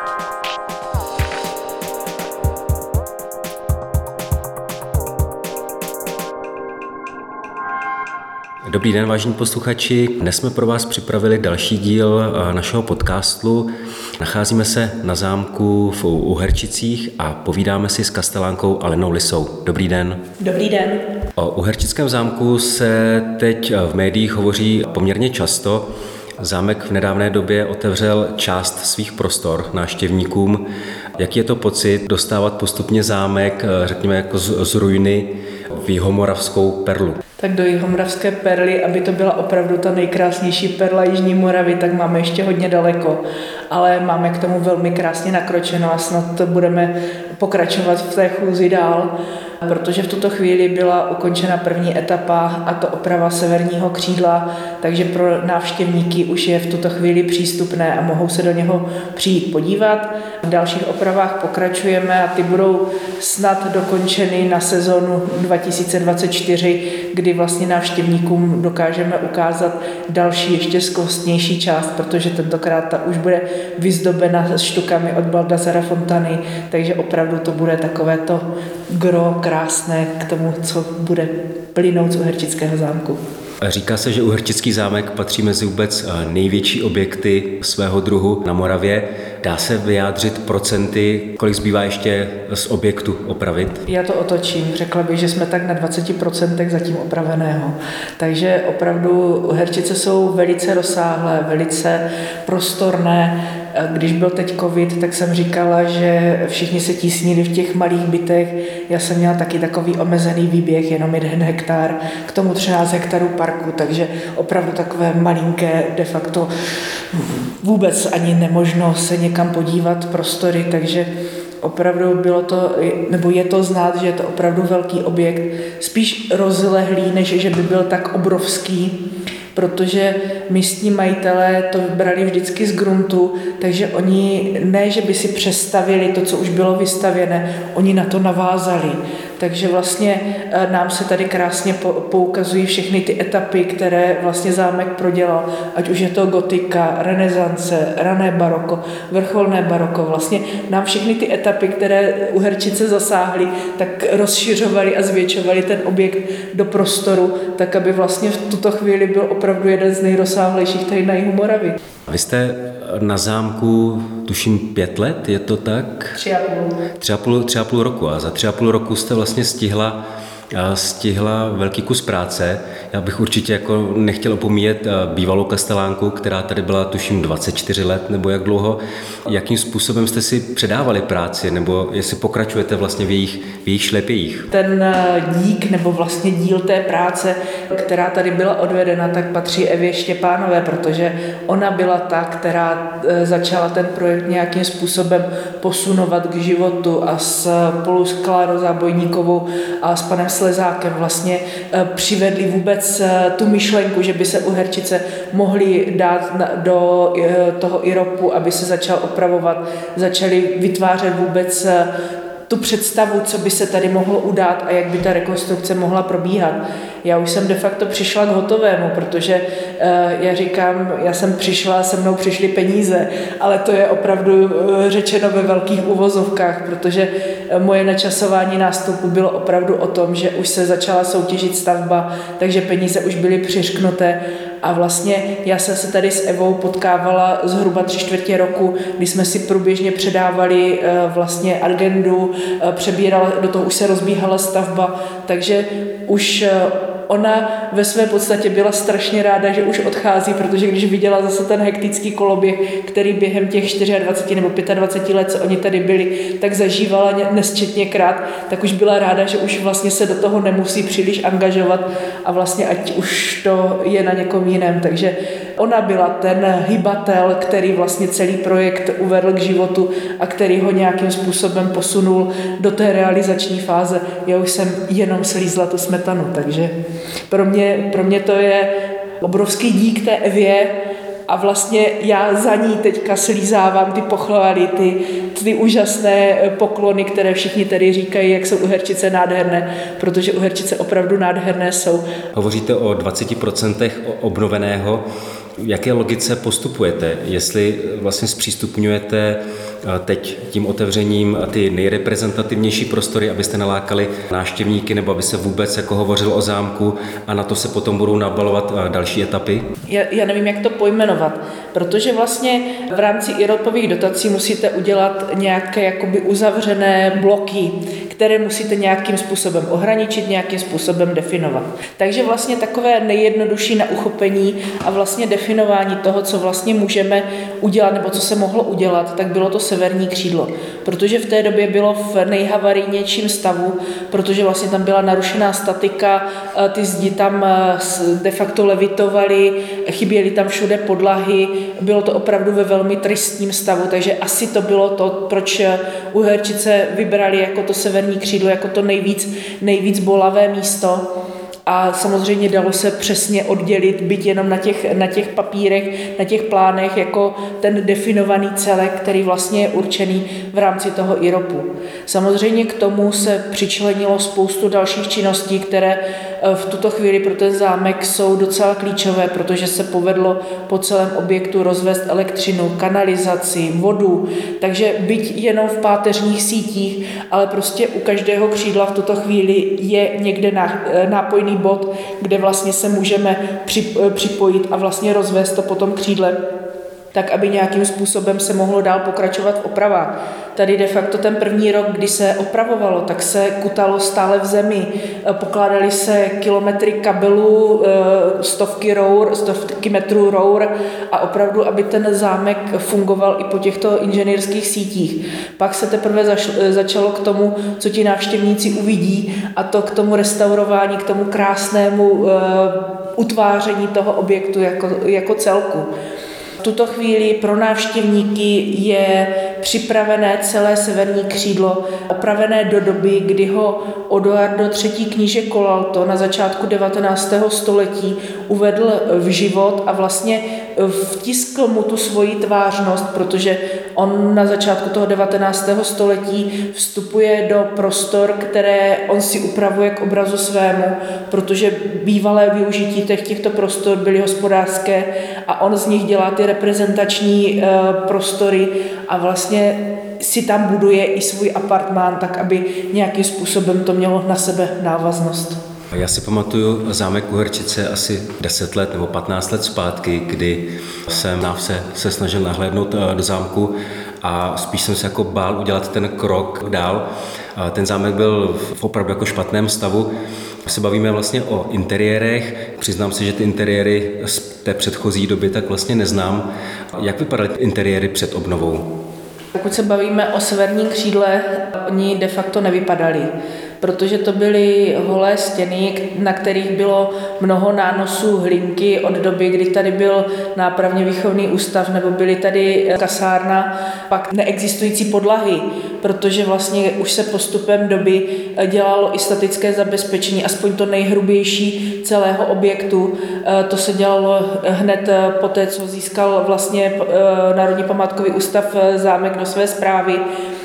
Dobrý den, vážení posluchači. Dnes jsme pro vás připravili další díl našeho podcastu. Nacházíme se na zámku v Uherčicích a povídáme si s kastelánkou Alenou Lisou. Dobrý den. Dobrý den. O Uherčickém zámku se teď v médiích hovoří poměrně často. Zámek v nedávné době otevřel část svých prostor návštěvníkům. Jaký je to pocit dostávat postupně zámek, řekněme, jako z ruiny v jihomoravskou perlu? Tak do jihomoravské perly, aby to byla opravdu ta nejkrásnější perla Jižní Moravy, tak máme ještě hodně daleko, ale máme k tomu velmi krásně nakročeno a snad budeme pokračovat v té chůzi dál, protože v tuto chvíli byla ukončena první etapa, a to oprava severního křídla, takže pro návštěvníky už je v tuto chvíli přístupné a mohou se do něho přijít podívat. V dalších opravách pokračujeme a ty budou snad dokončeny na sezonu 2024, kdy vlastně návštěvníkům dokážeme ukázat další ještě skvostnější část, protože tentokrát ta už bude vyzdobena štukami od Baldazara Fontany, takže opravdu to bude takové to gro krásné k tomu, co bude plynout z Uherčického zámku. Říká se, že Uherčický zámek patří mezi vůbec největší objekty svého druhu na Moravě. Dá se vyjádřit procenty, kolik zbývá ještě z objektu opravit? Já to otočím. Řekla bych, že jsme tak na 20% zatím opraveného. Takže opravdu Uherčice jsou velice rozsáhlé, velice prostorné. Když byl teď covid, tak jsem říkala, že všichni se tísnili v těch malých bytech. Já jsem měla taky takový omezený výběh, jenom 1 hektar, k tomu 13 hektarů parku, takže opravdu takové malinké, de facto vůbec ani nemožno se někam podívat prostory, takže opravdu bylo to, nebo je to znát, že je to opravdu velký objekt, spíš rozlehlý, než že by byl tak obrovský, protože místní majitelé to brali vždycky z gruntu, takže oni ne, že by si přestavili to, co už bylo vystavěné, oni na to navázali. Takže vlastně nám se tady krásně poukazují všechny ty etapy, které vlastně zámek prodělal, ať už je to gotika, renesance, rané baroko, vrcholné baroko. Vlastně nám všechny ty etapy, které Uherčice zasáhly, tak rozšiřovali a zvětšovali ten objekt do prostoru, tak aby vlastně v tuto chvíli byl opravdu jeden z nejrozsáhlejších tady na jihu Moravy. Vy jste na zámku, tuším, 5 let, je to tak? 3,5 roku. A za 3,5 roku jste vlastně stihla velký kus práce. Já bych určitě jako nechtěl opomíjet bývalou kastelánku, která tady byla, tuším, 24 let nebo jak dlouho. Jakým způsobem jste si předávali práci, nebo jestli pokračujete vlastně v jejich šlepějích? Ten dík nebo vlastně díl té práce, která tady byla odvedena, tak patří Evě Štěpánové, protože ona byla ta, která začala ten projekt nějakým způsobem posunovat k životu a spolu s Klárou Zábojníkovou a s panem Slezákem vlastně přivedli vůbec tu myšlenku, že by se Uherčice mohly dát do toho IROPu, aby se začal opravovat, začali vytvářet vůbec tu představu, co by se tady mohlo udát a jak by ta rekonstrukce mohla probíhat. Já už jsem de facto přišla k hotovému, protože já říkám, já jsem přišla, se mnou přišly peníze, ale to je opravdu řečeno ve velkých uvozovkách, protože moje načasování nástupu bylo opravdu o tom, že už se začala soutěžit stavba, takže peníze už byly přiřknuté a vlastně já jsem se tady s Evou potkávala zhruba 3/4 roku, kdy jsme si průběžně předávali vlastně agendu, přebírala, do toho už se rozbíhala stavba, takže už ona ve své podstatě byla strašně ráda, že už odchází, protože když viděla zase ten hektický koloběh, který během těch 24 nebo 25 let, co oni tady byli, tak zažívala nesčetněkrát, tak už byla ráda, že už vlastně se do toho nemusí příliš angažovat a vlastně ať už to je na někom jiném. Takže ona byla ten hybatel, který vlastně celý projekt uvedl k životu a který ho nějakým způsobem posunul do té realizační fáze. Já už jsem jenom slízla tu smetanu, takže pro mě to je obrovský dík té Evě a vlastně já za ní teďka slízávám ty pochvaly, ty úžasné poklony, které všichni tady říkají, jak jsou Uherčice nádherné, protože Uherčice opravdu nádherné jsou. Hovoříte o 20% obnoveného. V jaké logice postupujete? Jestli vlastně zpřístupňujete teď tím otevřením ty nejreprezentativnější prostory, abyste nalákali návštěvníky nebo aby se vůbec jako hovořilo o zámku a na to se potom budou nabalovat další etapy? Já nevím, jak to pojmenovat, protože vlastně v rámci IROPových dotací musíte udělat nějaké jakoby uzavřené bloky, které musíte nějakým způsobem ohraničit, nějakým způsobem definovat. Takže vlastně takové nejjednodušší na uchopení a vlastně definování toho, co vlastně můžeme udělat nebo co se mohlo udělat, tak bylo to severní křídlo. Protože v té době bylo v nejhavarijnějším stavu, protože vlastně tam byla narušená statika, ty zdi tam de facto levitovaly, chyběly tam všude podlahy, bylo to opravdu ve velmi tristním stavu, takže asi to bylo to, proč Uherčice vybrali jako to severní křídlo, jako to nejvíc bolavé místo. A samozřejmě dalo se přesně oddělit, byť jenom na těch papírech, na těch plánech, jako ten definovaný celek, který vlastně je určený v rámci toho IROPu. Samozřejmě k tomu se přičlenilo spoustu dalších činností, které v tuto chvíli pro ten zámek jsou docela klíčové, protože se povedlo po celém objektu rozvést elektřinu, kanalizaci, vodu, takže byť jenom v páteřních sítích, ale prostě u každého křídla v tuto chvíli je někde nápojný bod, kde vlastně se můžeme připojit a vlastně rozvést to po tom křídle, tak aby nějakým způsobem se mohlo dál pokračovat v opravách. Tady de facto ten první rok, kdy se opravovalo, tak se kutalo stále v zemi, pokládaly se kilometry kabelů, stovky metrů rour a opravdu, aby ten zámek fungoval i po těchto inženýrských sítích. Pak se teprve začalo k tomu, co ti návštěvníci uvidí, a to k tomu restaurování, k tomu krásnému utváření toho objektu jako celku. V tuto chvíli pro návštěvníky je připravené celé severní křídlo, opravené do doby, kdy ho Odoardo III. Kníže Colalto na začátku 19. století uvedl v život a vlastně vtiskl mu tu svoji tvářnost, protože on na začátku toho 19. století vstupuje do prostor, které on si upravuje k obrazu svému, protože bývalé využití těchto prostor byly hospodářské a on z nich dělá ty reprezentační prostory a vlastně si tam buduje i svůj apartmán, tak aby nějakým způsobem to mělo na sebe návaznost. Já si pamatuju zámek Uherčice asi 10 let nebo 15 let zpátky, kdy jsem se snažil nahlédnout do zámku a spíš jsem se jako bál udělat ten krok dál. Ten zámek byl v opravdu jako špatném stavu. Se bavíme vlastně o interiérech. Přiznám se, že ty interiéry z té předchozí doby tak vlastně neznám. Jak vypadaly interiéry před obnovou? Pokud se bavíme o severním křídle, oni de facto nevypadaly, protože to byly holé stěny, na kterých bylo mnoho nánosů hlinky od doby, kdy tady byl nápravně výchovný ústav nebo byly tady kasárna, pak neexistující podlahy, protože vlastně už se postupem doby dělalo i statické zabezpečení, aspoň to nejhrubější celého objektu. To se dělalo hned poté, co získal vlastně Národní památkový ústav zámek do své správy,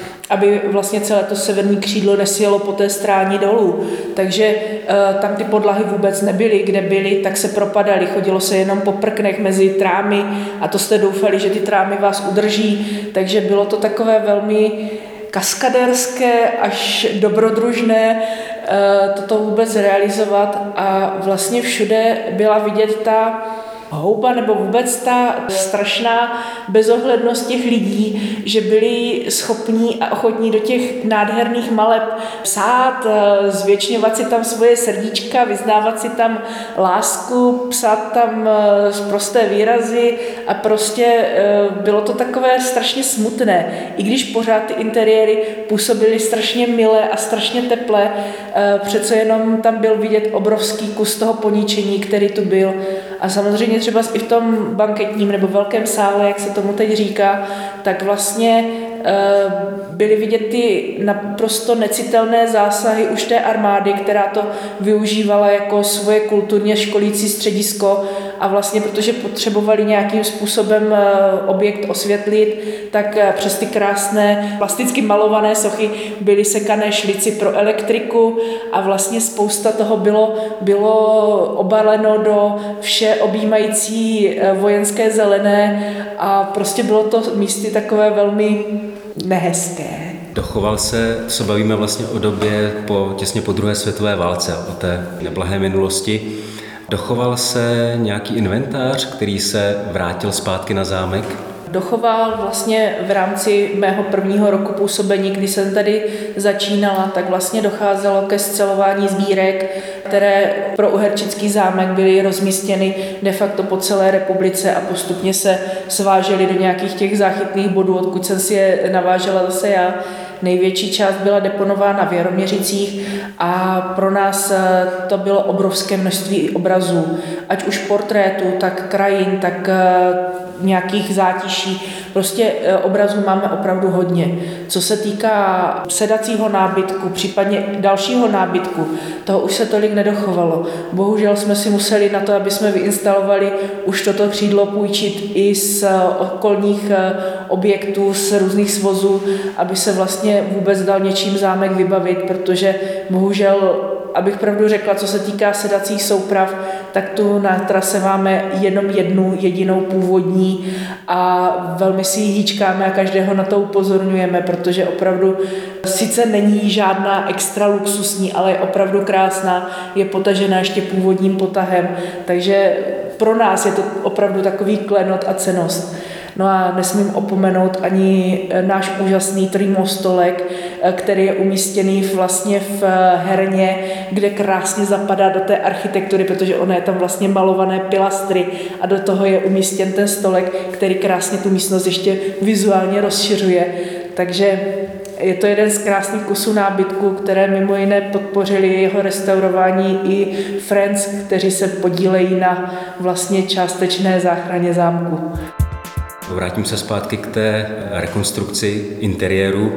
aby vlastně celé to severní křídlo nesjelo po té stráni dolů. Takže tam ty podlahy vůbec nebyly, kde byly, tak se propadaly. Chodilo se jenom po prknech mezi trámy a to jste doufali, že ty trámy vás udrží. Takže bylo to takové velmi kaskadérské až dobrodružné toto vůbec realizovat a vlastně všude byla vidět ta houba nebo vůbec ta strašná bezohlednost těch lidí, že byli schopní a ochotní do těch nádherných maleb psát, zvětšňovat si tam svoje srdíčka, vyznávat si tam lásku, psát tam prosté výrazy a prostě bylo to takové strašně smutné. I když pořád ty interiéry působily strašně milé a strašně teplé, přece jenom tam byl vidět obrovský kus toho poničení, který tu byl. A samozřejmě třeba i v tom banketním nebo velkém sále, jak se tomu teď říká, tak vlastně byly vidět ty naprosto necitelné zásahy už té armády, která to využívala jako svoje kulturně školící středisko a vlastně protože potřebovali nějakým způsobem objekt osvětlit, tak přes ty krásné plasticky malované sochy byly sekané šlici pro elektriku a vlastně spousta toho bylo obaleno do vše objímající vojenské zelené a prostě bylo to místy takové velmi nehezké. Dochoval se, co bavíme vlastně o době těsně po druhé světové válce, o té neblahé minulosti, dochoval se nějaký inventář, který se vrátil zpátky na zámek? Dochoval vlastně v rámci mého prvního roku působení, kdy jsem tady začínala, tak vlastně docházelo ke scelování sbírek, které pro Uherčický zámek byly rozmístěny de facto po celé republice a postupně se svážely do nějakých těch záchytných bodů, odkud jsem si je navážela zase já. Největší část byla deponována v Jaroměřicích a pro nás to bylo obrovské množství obrazů, ať už portrétů, tak krajin, tak nějakých zátiší. Prostě obrazů máme opravdu hodně. Co se týká sedacího nábytku, případně dalšího nábytku, toho už se tolik nedochovalo. Bohužel jsme si museli na to, aby jsme vyinstalovali už toto křídlo, půjčit i z okolních objektů, z různých svozů, aby se vlastně vůbec dal něčím zámek vybavit, protože bohužel, abych pravdu řekla, co se týká sedacích souprav, tak tu na trase máme jenom jednu jedinou původní a velmi si ji hýčkáme a každého na to upozorňujeme, protože opravdu sice není žádná extra luxusní, ale je opravdu krásná, je potažená ještě původním potahem, takže pro nás je to opravdu takový klenot a cennost. No a nesmím opomenout ani náš úžasný trimostolek, který je umístěný vlastně v herně, kde krásně zapadá do té architektury, protože ono je tam vlastně malované pilastry a do toho je umístěn ten stolek, který krásně tu místnost ještě vizuálně rozšiřuje. Takže je to jeden z krásných kusů nábytku, které mimo jiné podpořili jeho restaurování i Friends, kteří se podílejí na vlastně částečné záchraně zámku. Vrátím se zpátky k té rekonstrukci interiéru.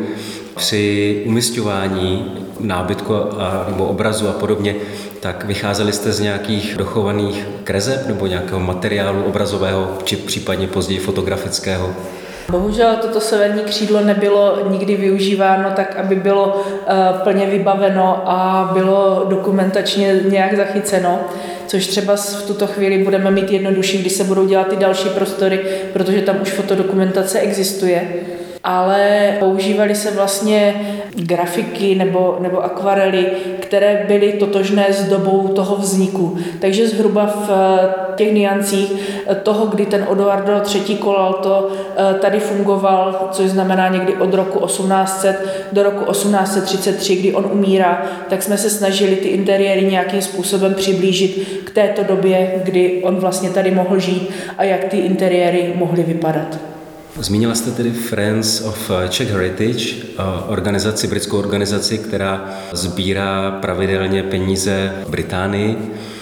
Při umisťování nábytku nebo obrazu a podobně, tak vycházeli jste z nějakých dochovaných kreseb nebo nějakého materiálu obrazového, či případně později fotografického? Bohužel toto severní křídlo nebylo nikdy využíváno tak, aby bylo plně vybaveno a bylo dokumentačně nějak zachyceno, což třeba v tuto chvíli budeme mít jednodušší, když se budou dělat ty další prostory, protože tam už fotodokumentace existuje. Ale používaly se vlastně grafiky nebo akvarely, které byly totožné s dobou toho vzniku. Takže zhruba v těch niancích toho, kdy ten Odoardo III. Colalto tady fungoval, což znamená někdy od roku 1800 do roku 1833, kdy on umírá, tak jsme se snažili ty interiéry nějakým způsobem přiblížit k této době, kdy on vlastně tady mohl žít a jak ty interiéry mohly vypadat. Zmínila jste tedy Friends of Czech Heritage, britskou organizaci, která sbírá pravidelně peníze v Británii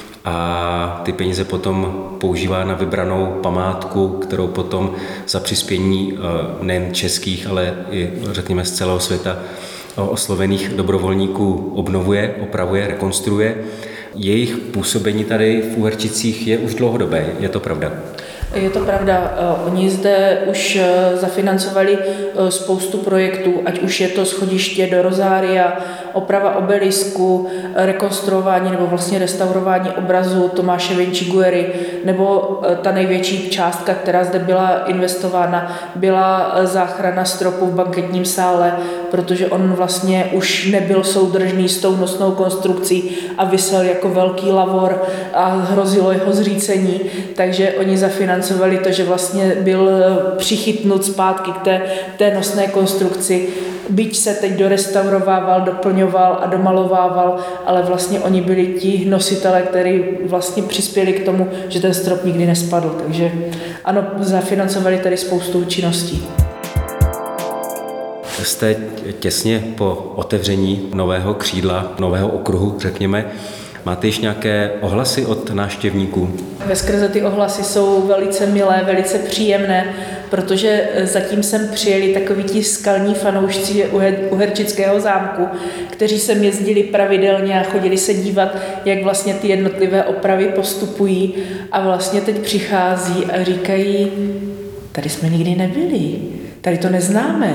a ty peníze potom používá na vybranou památku, kterou potom za přispění nejen českých, ale i řekněme z celého světa oslovených dobrovolníků obnovuje, opravuje, rekonstruuje. Jejich působení tady v Uherčicích je už dlouhodobé, je to pravda? Je to pravda. Oni zde už zafinancovali spoustu projektů, ať už je to schodiště do Rozária, oprava obelisku, rekonstruování nebo vlastně restaurování obrazu Tomáše Vinciguery, nebo ta největší částka, která zde byla investována, byla záchrana stropu v banket sále, protože on vlastně už nebyl soudržný s tou nosnou konstrukcí a visel jako velký lavor a hrozilo jeho zřícení, takže oni zafinancovali to, že vlastně byl přichytnut zpátky k té nosné konstrukci. Byť se teď dorestaurovával, doplňoval a domalovával, ale vlastně oni byli ti nositelé, kteří vlastně přispěli k tomu, že ten strop nikdy nespadl. Takže ano, zafinancovali tady spoustu činností. Jste těsně po otevření nového křídla, nového okruhu, řekněme. Máte již nějaké ohlasy od návštěvníků? Veskrze ty ohlasy jsou velice milé, velice příjemné protože zatím sem přijeli takoví ti skalní fanoušci Uherčického zámku, kteří sem jezdili pravidelně a chodili se dívat, jak vlastně ty jednotlivé opravy postupují a vlastně teď přichází a říkají, tady jsme nikdy nebyli, tady to neznáme.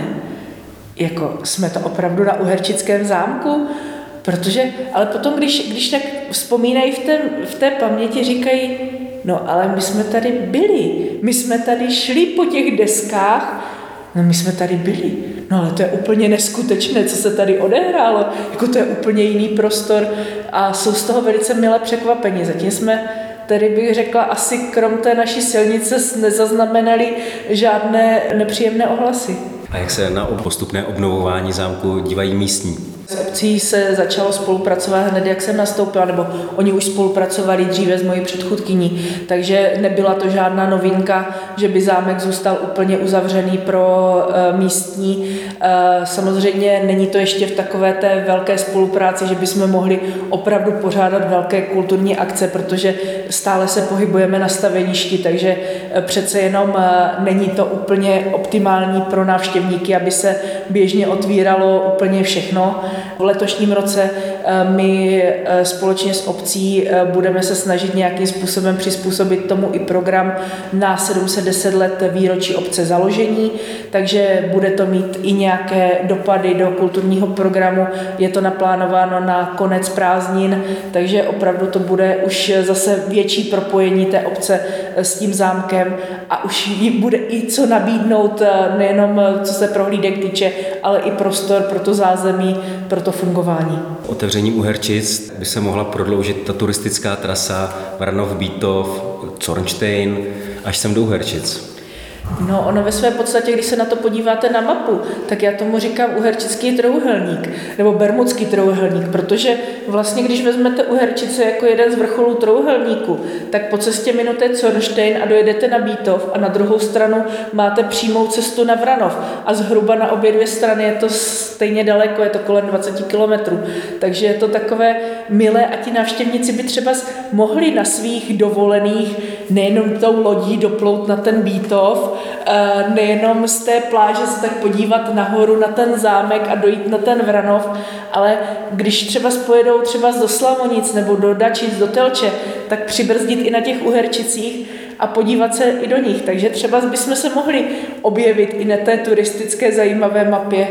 Jako jsme to opravdu na Uherčickém zámku, protože, ale potom, když tak vzpomínají v té paměti, říkají, no ale my jsme tady byli, my jsme tady šli po těch deskách, no my jsme tady byli, no ale to je úplně neskutečné, co se tady odehrálo, jako to je úplně jiný prostor a jsou z toho velice milé překvapení. Zatím jsme tady bych řekla, asi krom té naší silnice nezaznamenali žádné nepříjemné ohlasy. A jak se na postupné obnovování zámku dívají místní? S obcí se začalo spolupracovat hned, jak jsem nastoupila, nebo oni už spolupracovali dříve s mojí předchůdkyní, takže nebyla to žádná novinka, že by zámek zůstal úplně uzavřený pro místní. Samozřejmě není to ještě v takové té velké spolupráci, že bychom mohli opravdu pořádat velké kulturní akce, protože stále se pohybujeme na staveništi, takže přece jenom není to úplně optimální pro návštěvníky, aby se běžně otvíralo úplně všechno. V letošním roce my společně s obcí budeme se snažit nějakým způsobem přizpůsobit tomu i program na 710 let výročí obce založení, takže bude to mít i nějaké dopady do kulturního programu. Je to naplánováno na konec prázdnin, takže opravdu to bude už zase větší propojení té obce s tím zámkem a už jí bude i co nabídnout, nejenom co se prohlídek týče, ale i prostor pro to zázemí, pro to fungování. Otevřením Uherčic by se mohla prodloužit ta turistická trasa Vranov-Bítov, Zornštejn až sem do Uherčic. No, ono ve své podstatě, když se na to podíváte na mapu, tak já tomu říkám Uherčický trojúhelník, nebo Bermudský trojúhelník, protože vlastně, když vezmete Uherčice jako jeden z vrcholů trojúhelníku, tak po cestě minujete Zornštejn a dojedete na Bítov a na druhou stranu máte přímou cestu na Vranov a zhruba na obě dvě strany je to stejně daleko, je to kolem 20 kilometrů, takže je to takové milé a ti návštěvníci by třeba mohli na svých dovolených nejenom tou lodí doplout na ten Bítov, nejenom z té pláže se tak podívat nahoru na ten zámek a dojít na ten Vranov, ale když třeba spojedou třeba do Slamonic nebo do Dačic, do Telče, tak přibrzdit i na těch Uherčicích a podívat se i do nich. Takže třeba bychom se mohli objevit i na té turistické zajímavé mapě.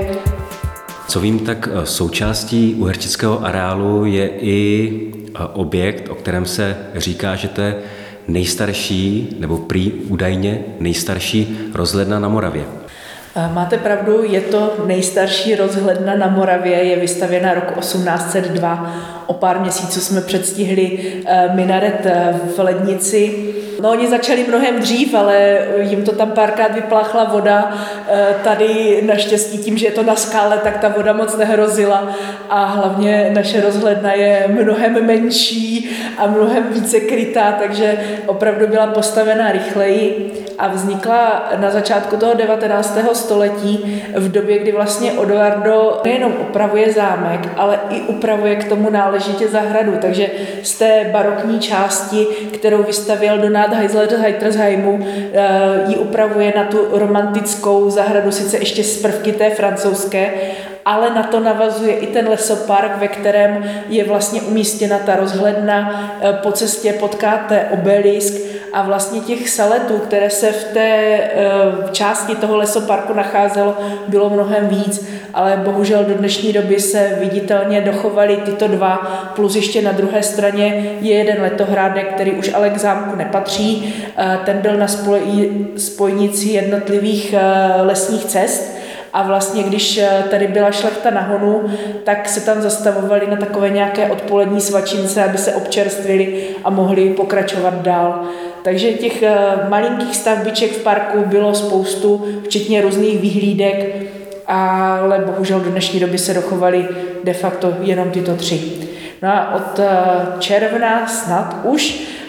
Co vím, tak součástí uherčického areálu je i objekt, o kterém se říká, že to je nejstarší, nebo prý údajně nejstarší rozhledna na Moravě. Máte pravdu, je to nejstarší rozhledna na Moravě, je vystavěna roku 1802. O pár měsíců jsme předstihli minaret v Lednici. No, oni začali mnohem dřív, ale jim to tam párkrát vypláchla voda. Tady naštěstí tím, že je to na skále, tak ta voda moc nehrozila a hlavně naše rozhledna je mnohem menší a mnohem více krytá, takže opravdu byla postavena rychleji a vznikla na začátku toho 19. století v době, kdy vlastně Odoardo nejenom opravuje zámek, ale i upravuje k tomu náležitě zahradu, takže z té barokní části, kterou vystavěl Donát Heitersheimu, ji upravuje na tu romantickou zahradu, sice ještě z prvky té francouzské, ale na to navazuje i ten lesopark, ve kterém je vlastně umístěna ta rozhledna. Po cestě potkáte obelisk a vlastně těch saletů, které se v té části toho lesoparku nacházelo, bylo mnohem víc, ale bohužel do dnešní doby se viditelně dochovaly tyto dva, plus ještě na druhé straně je jeden letohrádek, který už ale k zámku nepatří. Ten byl na spojnici jednotlivých lesních cest. A vlastně, když tady byla šlechta na honu, tak se tam zastavovali na takové nějaké odpolední svačince, aby se občerstvili a mohli pokračovat dál. Takže těch malinkých stavbiček v parku bylo spoustu, včetně různých vyhlídek, ale bohužel do dnešní doby se dochovaly de facto jenom tyto tři. No a od června snad už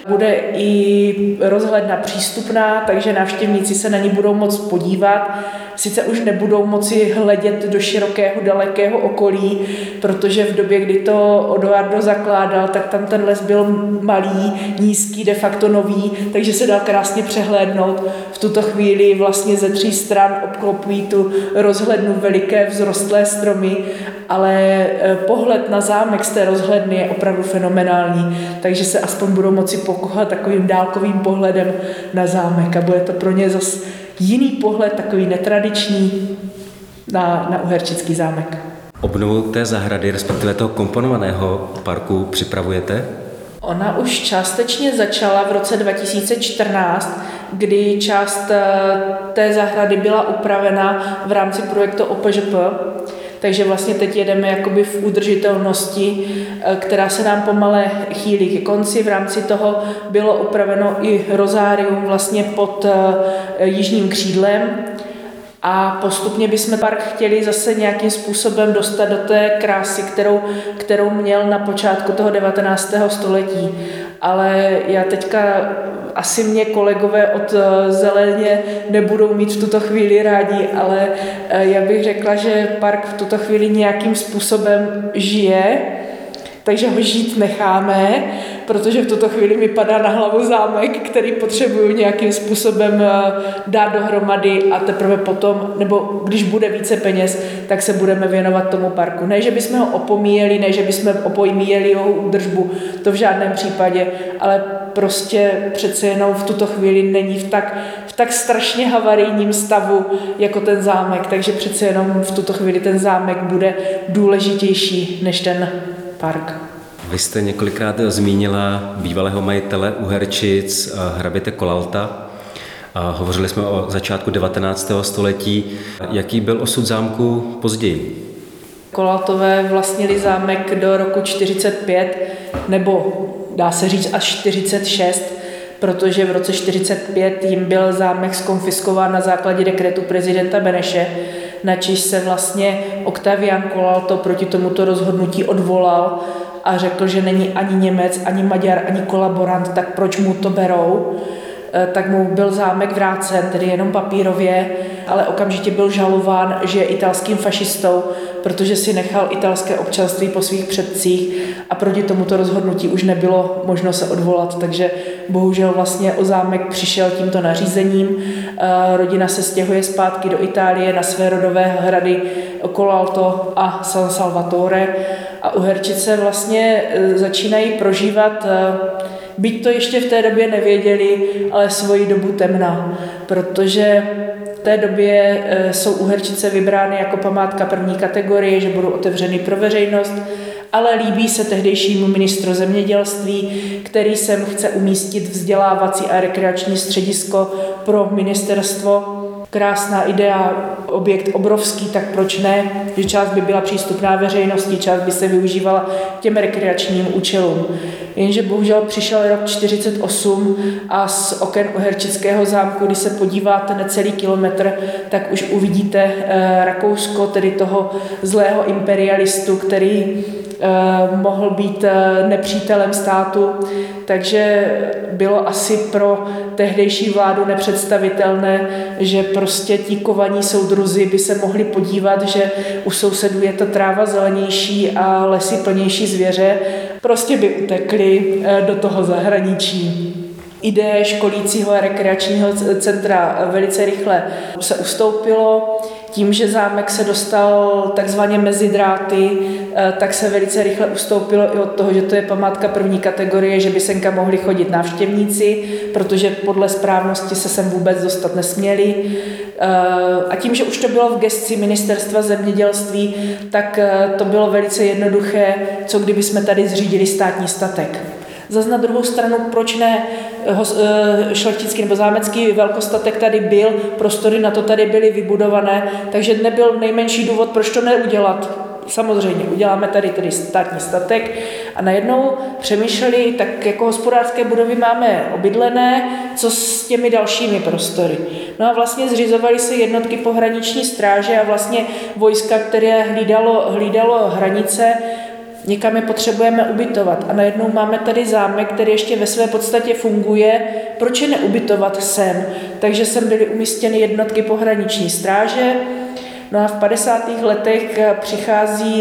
Bude i rozhledna přístupná, takže návštěvníci se na ní budou moct podívat. Sice už nebudou moci hledět do širokého, dalekého okolí, protože v době, kdy to Odoardo zakládal, tak tam ten les byl malý, nízký, de facto nový, takže se dal krásně přehlédnout. V tuto chvíli vlastně ze 3 stran obklopují tu rozhlednu veliké vzrostlé stromy, ale pohled na zámek z té rozhledny je opravdu fenomenální, takže se aspoň budou moci pokoušet takovým dálkovým pohledem na zámek a bude to pro ně zase jiný pohled, takový netradiční na Uherčický zámek. Obnovu té zahrady, respektive toho komponovaného parku připravujete? Ona už částečně začala v roce 2014, kdy část té zahrady byla upravena v rámci projektu OPŽP, takže vlastně teď jedeme jakoby v udržitelnosti, která se nám pomale chýlí ke konci. V rámci toho bylo upraveno i rozárium vlastně pod jižním křídlem a postupně bychom park chtěli zase nějakým způsobem dostat do té krásy, kterou měl na počátku toho 19. století. Ale já teďka asi mě kolegové od Zeleně nebudou mít v tuto chvíli rádi, ale já bych řekla, že park v tuto chvíli nějakým způsobem žije, takže ho žít necháme, protože v tuto chvíli mi padá na hlavu zámek, který potřebuju nějakým způsobem dát dohromady a teprve potom, nebo když bude více peněz, tak se budeme věnovat tomu parku. Ne, že bychom ho opomíjeli, ne, že bychom opomíjeli jeho údržbu, to v žádném případě, ale prostě přece jenom v tuto chvíli není v tak strašně havarijním stavu jako ten zámek, takže přece jenom v tuto chvíli ten zámek bude důležitější než ten park. Vy jste několikrát zmínila bývalého majitele Uherčic, hraběte Kolalta. Hovořili jsme o začátku 19. století. Jaký byl osud zámku později? Kolaltové vlastnili zámek do roku 45, nebo dá se říct až 46, protože v roce 45 jim byl zámek zkonfiskován na základě dekretu prezidenta Beneše, načež se vlastně Octavian Colalto proti tomuto rozhodnutí odvolal a řekl, že není ani Němec, ani Maďar, ani kolaborant, tak proč mu to berou. Tak mu byl zámek vrácen, tedy jenom papírově, ale okamžitě byl žalován, že je italským fašistou, protože si nechal italské občanství po svých předcích a proti tomuto rozhodnutí už nebylo možno se odvolat, takže bohužel vlastně o zámek přišel tímto nařízením. Rodina se stěhuje zpátky do Itálie na své rodové hrady Colalto a San Salvatore a Uherčice vlastně začínají prožívat, byť to ještě v té době nevěděli, ale svoji dobu temna, protože v té době jsou Uherčice vybrány jako památka první kategorie, že budou otevřeny pro veřejnost, ale líbí se tehdejšímu ministru zemědělství, který sem chce umístit vzdělávací a rekreační středisko pro ministerstvo. Krásná idea, objekt obrovský, tak proč ne, že část by byla přístupná veřejnosti, část by se využívala těm rekreačním účelům. Jenže bohužel přišel rok 48 a z oken Uherčického zámku, když se podíváte necelý kilometr, tak už uvidíte Rakousko, tedy toho zlého imperialistu, který mohl být nepřítelem státu, takže bylo asi pro tehdejší vládu nepředstavitelné, že prostě ti kovaní soudruzi by se mohli podívat, že u sousedů je ta tráva zelenější a lesy plnější zvěře, prostě by utekli do toho zahraničí. Ideje školícího a rekreačního centra velice rychle se ustoupilo. Tím, že zámek se dostal takzvaně mezi dráty, tak se velice rychle ustoupilo i od toho, že to je památka první kategorie, že by semka mohli chodit návštěvníci, protože podle správnosti se sem vůbec dostat nesměli. A tím, že už to bylo v gesci ministerstva zemědělství, tak to bylo velice jednoduché, co kdyby jsme tady zřídili státní statek. Zas na druhou stranu, proč ne, šlechtický nebo zámecký velkostatek tady byl, prostory na to tady byly vybudované, takže nebyl nejmenší důvod, proč to neudělat. Samozřejmě, uděláme tady tedy státní statek a najednou přemýšleli, tak jako hospodářské budovy máme obydlené, co s těmi dalšími prostory. No a vlastně zřizovaly se jednotky pohraniční stráže a vlastně vojska, které hlídalo hranice, někam je potřebujeme ubytovat a najednou máme tady zámek, který ještě ve své podstatě funguje, proč je neubytovat sem? Takže sem byly umístěny jednotky pohraniční stráže. No a v 50. letech přichází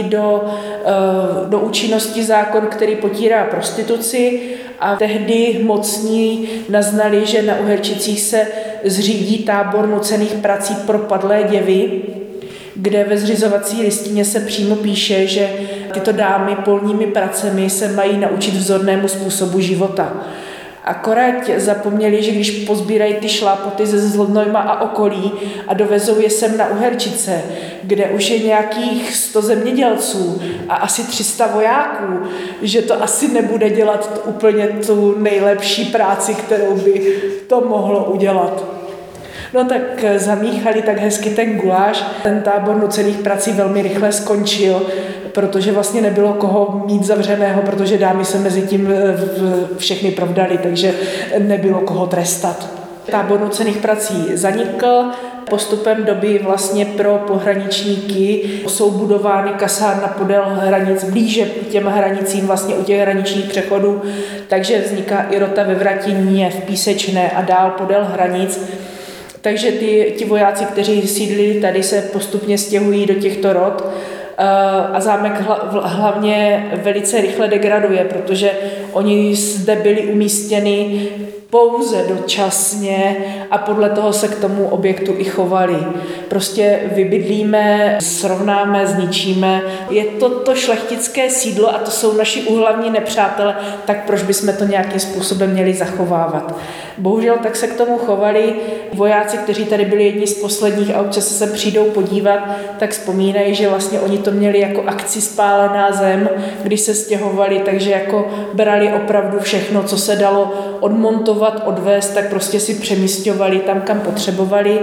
do účinnosti zákon, který potírá prostituci a tehdy mocní naznali, že na Uherčicích se zřídí tábor nucených prací pro padlé děvy, kde ve zřizovací listině se přímo píše, že tyto dámy polními pracemi se mají naučit vzornému způsobu života. Akorát zapomněli, že když pozbírají ty šlápoty ze Zlodnojma a okolí a dovezou je sem na Uherčice, kde už je nějakých 100 zemědělců a asi 300 vojáků, že to asi nebude dělat úplně tu nejlepší práci, kterou by to mohlo udělat. No tak zamíchali tak hezky ten guláš. Ten tábor nucených prací velmi rychle skončil, protože vlastně nebylo koho mít zavřeného, protože dámy se mezi tím všechny provdali, takže nebylo koho trestat. Tábor nucených prací zanikl. Postupem doby vlastně pro pohraničníky jsou budovány kasárna podél hranic, blíže k těm hranicím, vlastně u těch hraničních přechodů, takže vzniká i rota ve Vratině, v Písečné a dál podél hranic. Takže ti vojáci, kteří sídlili tady, se postupně stěhují do těchto rot a zámek hlavně velice rychle degraduje, protože oni zde byli umístěni pouze dočasně a podle toho se k tomu objektu i chovali. Prostě vybydlíme, srovnáme, zničíme. Je to šlechtické sídlo a to jsou naši úhlavní nepřátelé, tak proč bychom to nějakým způsobem měli zachovávat? Bohužel tak se k tomu chovali vojáci, kteří tady byli jedni z posledních a občas se přijdou podívat, tak vzpomínají, že vlastně oni to měli jako akci Spálená zem, když se stěhovali, takže jako brali opravdu všechno, co se dalo odmontovat, odvést, tak prostě si přemísťovali tam, kam potřebovali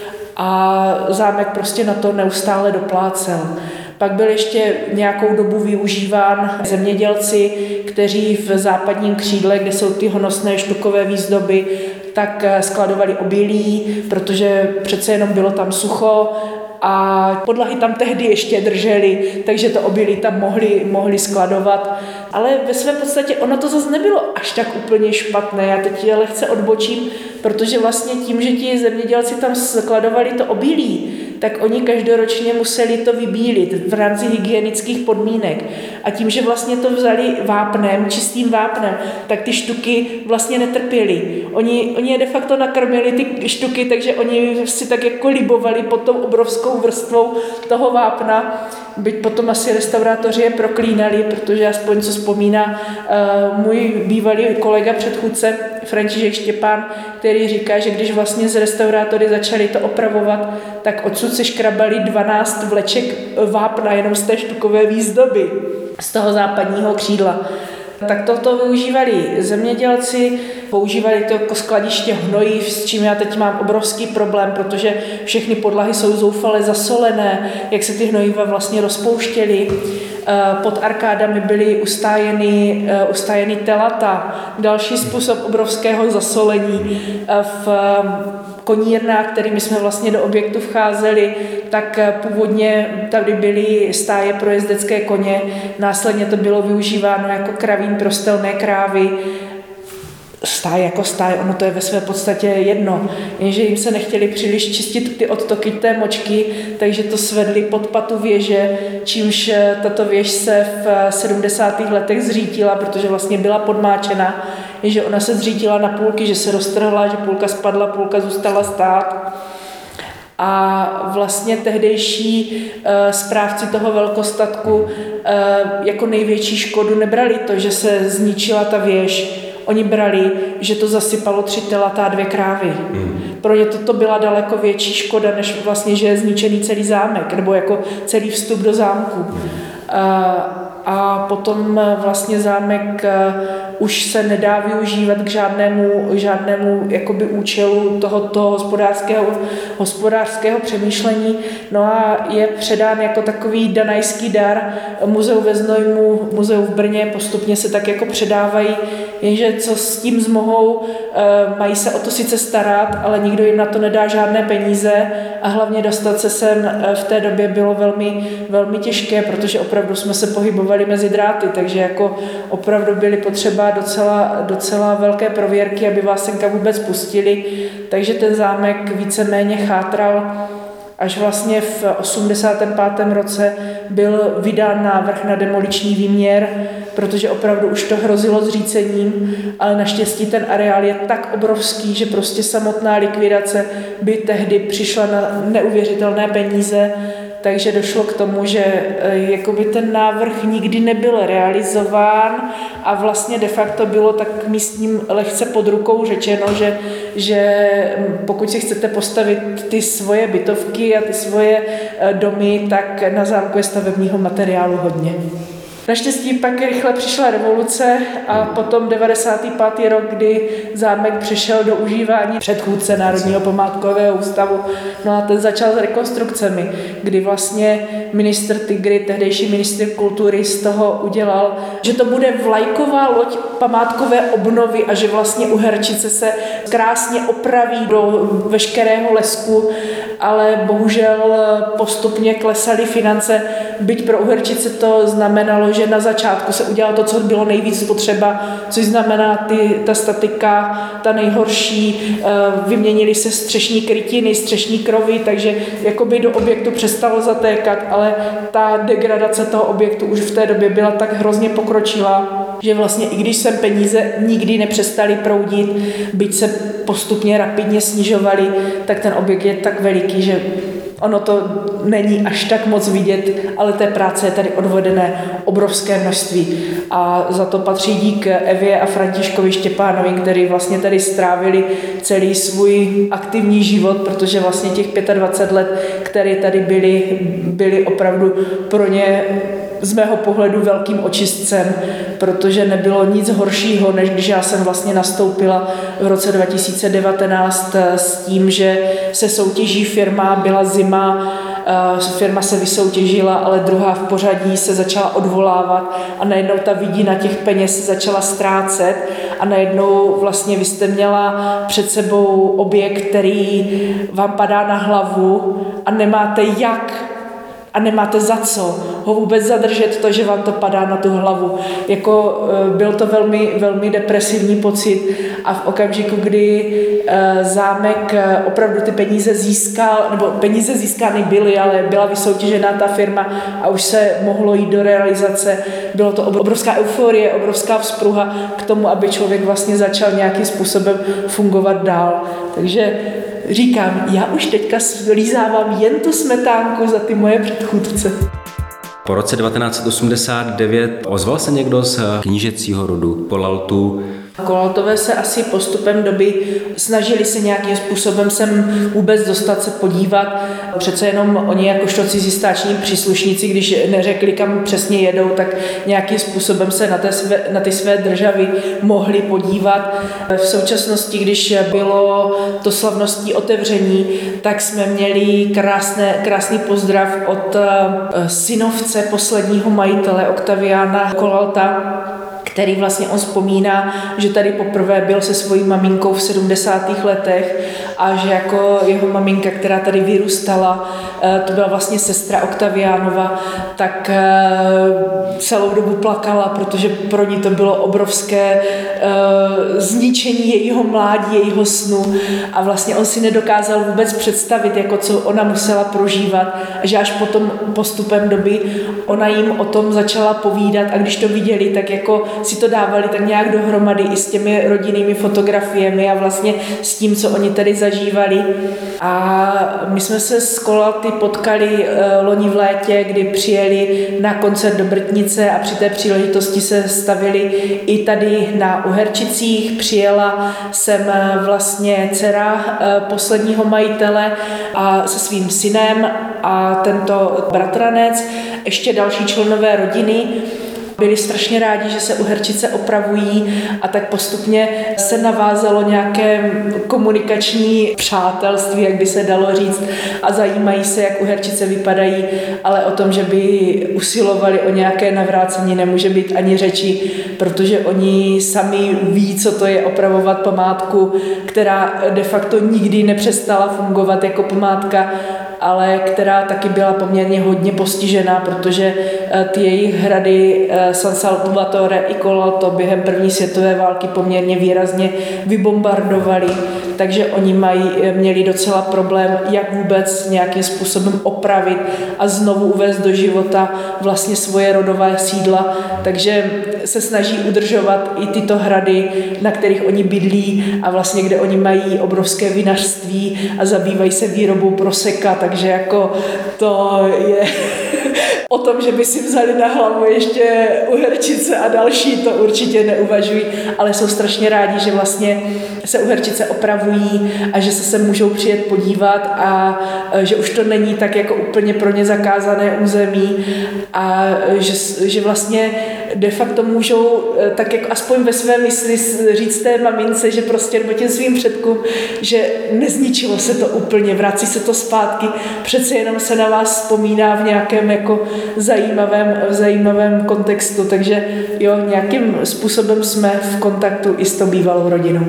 a zámek prostě na to neustále doplácel. Pak byl ještě nějakou dobu využíván zemědělci, kteří v západním křídle, kde jsou ty honosné štukové výzdoby, tak skladovali obilí, protože přece jenom bylo tam sucho a podlahy tam tehdy ještě držely, takže to obilí tam mohli skladovat. Ale ve svém podstatě ono to zase nebylo až tak úplně špatné. Já teď lehce odbočím, protože vlastně tím, že ti zemědělci tam skladovali to obilí, tak oni každoročně museli to vybílit v rámci hygienických podmínek. A tím, že vlastně to vzali vápnem, čistým vápnem, tak ty štuky vlastně netrpěly. Oni je de facto nakrmili ty štuky, takže oni si tak jako libovali pod tou obrovskou vrstvou toho vápna. Byť potom asi restaurátoři je proklínali, protože aspoň co vzpomíná můj bývalý kolega předchůdce František Štěpán, který říká, že když vlastně z restaurátory začali to opravovat, tak odsud se škrabali 12 vleček vápna jenom z té štukové výzdoby, z toho západního křídla. Tak toto využívali zemědělci, používali to jako skladiště hnojiv, s čím já teď mám obrovský problém, protože všechny podlahy jsou zoufale zasolené, jak se ty hnojiva vlastně rozpouštěly. Pod arkádami byly ustájeny telata, další způsob obrovského zasolení. V konírnách, kterými jsme vlastně do objektu vcházeli, tak původně tady byly stáje pro jezdecké koně, následně to bylo využíváno jako kravín pro stelné krávy. Stáj jako stáj, ono to je ve své podstatě jedno, jenže jim se nechtěli příliš čistit ty odtoky té močky, takže to svedli pod patu věže, čímž tato věž se v 70. letech zřítila, protože vlastně byla podmáčena, jenže ona se zřítila na půlky, že se roztrhla, že půlka spadla, půlka zůstala stát. A vlastně tehdejší správci toho velkostatku jako největší škodu nebrali to, že se zničila ta věž. Oni brali, že to zasypalo 3 telata a 2 krávy. Pro ně to byla daleko větší škoda, než vlastně, že je zničený celý zámek, nebo jako celý vstup do zámku. A potom vlastně zámek už se nedá využívat k žádnému jakoby účelu toho hospodářského přemýšlení. No a je předán jako takový danajský dar Muzeu ve Znojmu, Muzeu v Brně, postupně se tak jako předávají, jenže co s tím zmohou, mají se o to sice starat, ale nikdo jim na to nedá žádné peníze a hlavně dostat se sem v té době bylo velmi, velmi těžké, protože opravdu jsme se pohybovali mezi dráty, takže jako opravdu byly potřeba docela velké prověrky, aby vás senka vůbec pustili, takže ten zámek víceméně chátral. Až vlastně v 85. roce byl vydán návrh na demoliční výměr, protože opravdu už to hrozilo zřícením, ale naštěstí ten areál je tak obrovský, že prostě samotná likvidace by tehdy přišla na neuvěřitelné peníze, takže došlo k tomu, že jakoby ten návrh nikdy nebyl realizován a vlastně de facto bylo tak místním lehce pod rukou řečeno, že pokud si chcete postavit ty svoje bytovky a ty svoje domy, tak na zámku je stavebního materiálu hodně. Naštěstí pak rychle přišla revoluce a potom 95. rok, kdy zámek přešel do užívání předchůdce Národního památkového ústavu. No a ten začal s rekonstrukcemi, kdy vlastně ministr Tigry, tehdejší ministr kultury, z toho udělal, že to bude vlajková loď památkové obnovy a že vlastně Uherčice se krásně opraví do veškerého lesku, ale bohužel postupně klesaly finance, byť pro Uherčice to znamenalo, že na začátku se udělalo to, co bylo nejvíc potřeba, což znamená ta statika, ta nejhorší, vyměnily se střešní krytiny, střešní krovy, takže jakoby do objektu přestalo zatékat, ale ta degradace toho objektu už v té době byla tak hrozně pokročilá, že vlastně i když sem peníze nikdy nepřestaly proudit, byť se postupně rapidně snižovaly, tak ten objekt je tak veliký, že ono to není až tak moc vidět, ale té práce je tady odvedené obrovské množství. A za to patří dík Evě a Františkovi Štěpánovi, který vlastně tady strávili celý svůj aktivní život, protože vlastně těch 25 let, které tady byly opravdu pro ně z mého pohledu velkým očistcem, protože nebylo nic horšího, než když já jsem vlastně nastoupila v roce 2019 s tím, že se soutěží firma, byla zima, firma se vysoutěžila, ale druhá v pořadí se začala odvolávat a najednou ta vidina těch peněz se začala ztrácet a najednou vlastně vy jste měla před sebou objekt, který vám padá na hlavu a nemáte jak a nemáte za co ho vůbec zadržet, to, že vám to padá na tu hlavu. Jako byl to velmi, velmi depresivní pocit a v okamžiku, kdy zámek opravdu ty peníze získal, nebo peníze získány byly, ale byla vysoutěžená ta firma a už se mohlo jít do realizace. Bylo to obrovská euforie, obrovská vzpruha k tomu, aby člověk vlastně začal nějakým způsobem fungovat dál. Takže říkám, já už teďka lízávám jen tu smetánku za ty moje předchůdce. Po roce 1989 ozval se někdo z knížecího rodu Kolaltů? Kolaltové se asi postupem doby snažili se nějakým způsobem sem vůbec dostat se podívat. Přece jenom oni jakožto cizistáční příslušníci, když neřekli, kam přesně jedou, tak nějakým způsobem se na ty své državy mohli podívat. V současnosti, když bylo to slavnostní otevření, tak jsme měli krásný pozdrav od synovce posledního majitele Oktaviána Kolalta, který vlastně on vzpomíná, že tady poprvé byl se svojí maminkou v 70. letech a že jako jeho maminka, která tady vyrůstala, to byla vlastně sestra Oktaviánova, tak celou dobu plakala, protože pro ní to bylo obrovské zničení jejího mládí, jejího snu a vlastně on si nedokázal vůbec představit, jako co ona musela prožívat a že až potom postupem doby ona jim o tom začala povídat a když to viděli, tak jako si to dávali tak nějak dohromady i s těmi rodinnými fotografiemi a vlastně s tím, co oni tady zažívali. A my jsme se s Kolalty potkali loni v létě, kdy přijeli na koncert do Brtnice a při té příležitosti se stavili i tady na Uherčicích. Přijela sem vlastně dcera posledního majitele a se svým synem a tento bratranec, ještě další členové rodiny. byli strašně rádi, že se Uherčice opravují a tak postupně se navázalo nějaké komunikační přátelství, jak by se dalo říct, a zajímají se, jak Uherčice vypadají, ale o tom, že by usilovali o nějaké navrácení, nemůže být ani řeči, protože oni sami ví, co to je opravovat památku, která de facto nikdy nepřestala fungovat jako památka, ale která taky byla poměrně hodně postižená, protože ty jejich hrady San Salvatore i Colalto během první světové války poměrně výrazně vybombardovali, takže oni měli docela problém, jak vůbec nějakým způsobem opravit a znovu uvést do života vlastně svoje rodové sídla, takže se snaží udržovat i tyto hrady, na kterých oni bydlí a vlastně kde oni mají obrovské vinařství a zabývají se výrobou proseka, takže jako to je o tom, že by si vzali na hlavu ještě Uherčice a další, to určitě neuvažují, ale jsou strašně rádi, že vlastně se Uherčice opravují a že se můžou přijet podívat a že už to není tak jako úplně pro ně zakázané území a že vlastně de facto můžou tak jako aspoň ve své mysli říct té mamince, že prostě nebo těm svým předkům, že nezničilo se to úplně, vrací se to zpátky, přece jenom se na vás vzpomíná v nějakém jako zajímavém kontextu, takže jo, nějakým způsobem jsme v kontaktu i s tou bývalou rodinou.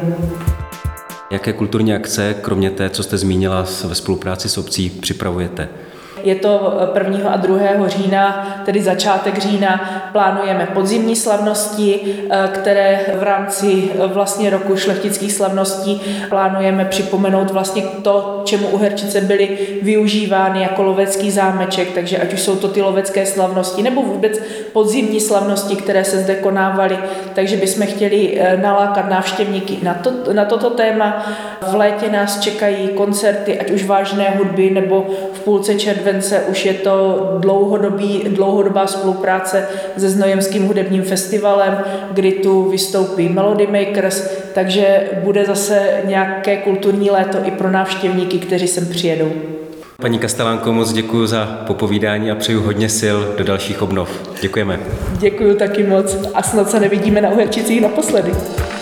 Jaké kulturní akce, kromě té, co jste zmínila ve spolupráci s obcí, připravujete? Je to 1. a 2. října, tedy začátek října, plánujeme podzimní slavnosti, které v rámci vlastně roku šlechtických slavností plánujeme připomenout vlastně to, čemu Uherčice byly využívány jako lovecký zámeček, takže ať už jsou to ty lovecké slavnosti nebo vůbec podzimní slavnosti, které se zde konávaly, takže bychom chtěli nalákat návštěvníky na toto téma. V létě nás čekají koncerty, ať už vážné hudby nebo v půlce července už je to dlouhodobá spolupráce se Znojemským hudebním festivalem, kdy tu vystoupí Melody Makers, takže bude zase nějaké kulturní léto i pro návštěvníky, kteří sem přijedou. Paní Kastelánko, moc děkuji za popovídání a přeju hodně sil do dalších obnov. Děkujeme. Děkuji taky moc a snad se nevidíme na Uherčicích naposledy.